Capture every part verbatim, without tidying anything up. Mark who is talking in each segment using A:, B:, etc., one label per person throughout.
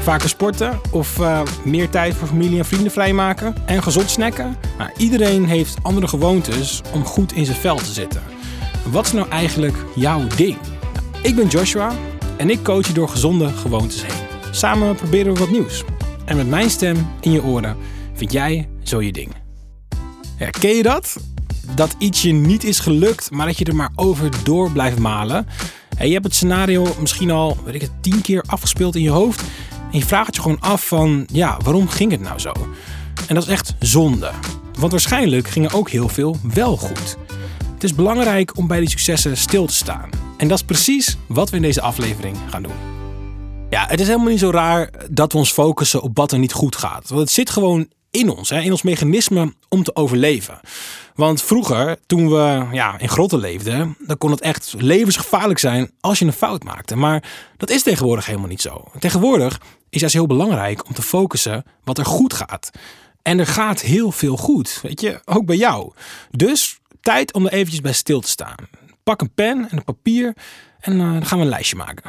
A: Vaker sporten of uh, meer tijd voor familie en vrienden vrijmaken en gezond snacken? Nou, iedereen heeft andere gewoontes om goed in zijn vel te zitten. Wat is nou eigenlijk jouw ding? Nou, ik ben Joshua en ik coach je door gezonde gewoontes heen. Samen proberen we wat nieuws. En met mijn stem in je oren vind jij zo je ding. Ja, ken je dat? Dat iets je niet is gelukt, maar dat je er maar over door blijft malen. En je hebt het scenario misschien al, weet ik het, tien keer afgespeeld in je hoofd. En je vraagt je gewoon af van, ja, waarom ging het nou zo? En dat is echt zonde. Want waarschijnlijk ging er ook heel veel wel goed. Het is belangrijk om bij die successen stil te staan. En dat is precies wat we in deze aflevering gaan doen. Ja, het is helemaal niet zo raar dat we ons focussen op wat er niet goed gaat. Want het zit gewoon in ons, hè, in ons mechanisme om te overleven. Want vroeger, toen we ja, in grotten leefden, dan kon het echt levensgevaarlijk zijn als je een fout maakte. Maar dat is tegenwoordig helemaal niet zo. Tegenwoordig is het heel belangrijk om te focussen wat er goed gaat. En er gaat heel veel goed, weet je, ook bij jou. Dus tijd om er eventjes bij stil te staan. Pak een pen en een papier en uh, dan gaan we een lijstje maken.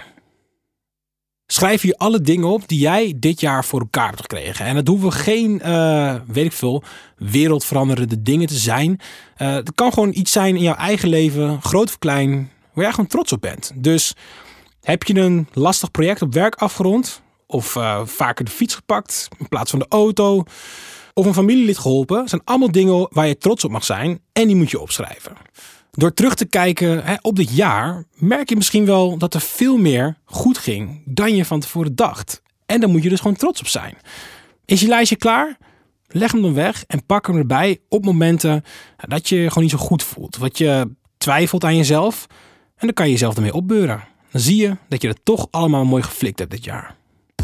A: Schrijf hier alle dingen op die jij dit jaar voor elkaar hebt gekregen. En dat hoeven geen, uh, weet ik veel, wereldveranderende dingen te zijn. Uh, het kan gewoon iets zijn in jouw eigen leven, groot of klein, waar jij gewoon trots op bent. Dus heb je een lastig project op werk afgerond? Of uh, vaker de fiets gepakt in plaats van de auto? Of een familielid geholpen? Dat zijn allemaal dingen waar je trots op mag zijn en die moet je opschrijven. Door terug te kijken hè, op dit jaar, merk je misschien wel dat er veel meer goed ging dan je van tevoren dacht. En daar moet je dus gewoon trots op zijn. Is je lijstje klaar? Leg hem dan weg en pak hem erbij op momenten dat je je gewoon niet zo goed voelt. Wat je twijfelt aan jezelf en dan kan je jezelf ermee opbeuren. Dan zie je dat je het toch allemaal mooi geflikt hebt dit jaar.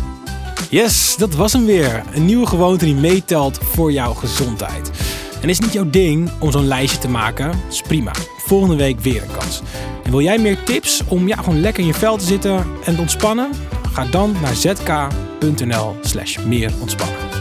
A: Yes, dat was hem weer. Een nieuwe gewoonte die meetelt voor jouw gezondheid. En is het niet jouw ding om zo'n lijstje te maken? Dat is prima. Volgende week weer een kans. En wil jij meer tips om ja, gewoon lekker in je vel te zitten en te ontspannen? Ga dan naar zk punt n l slash meer ontspannen.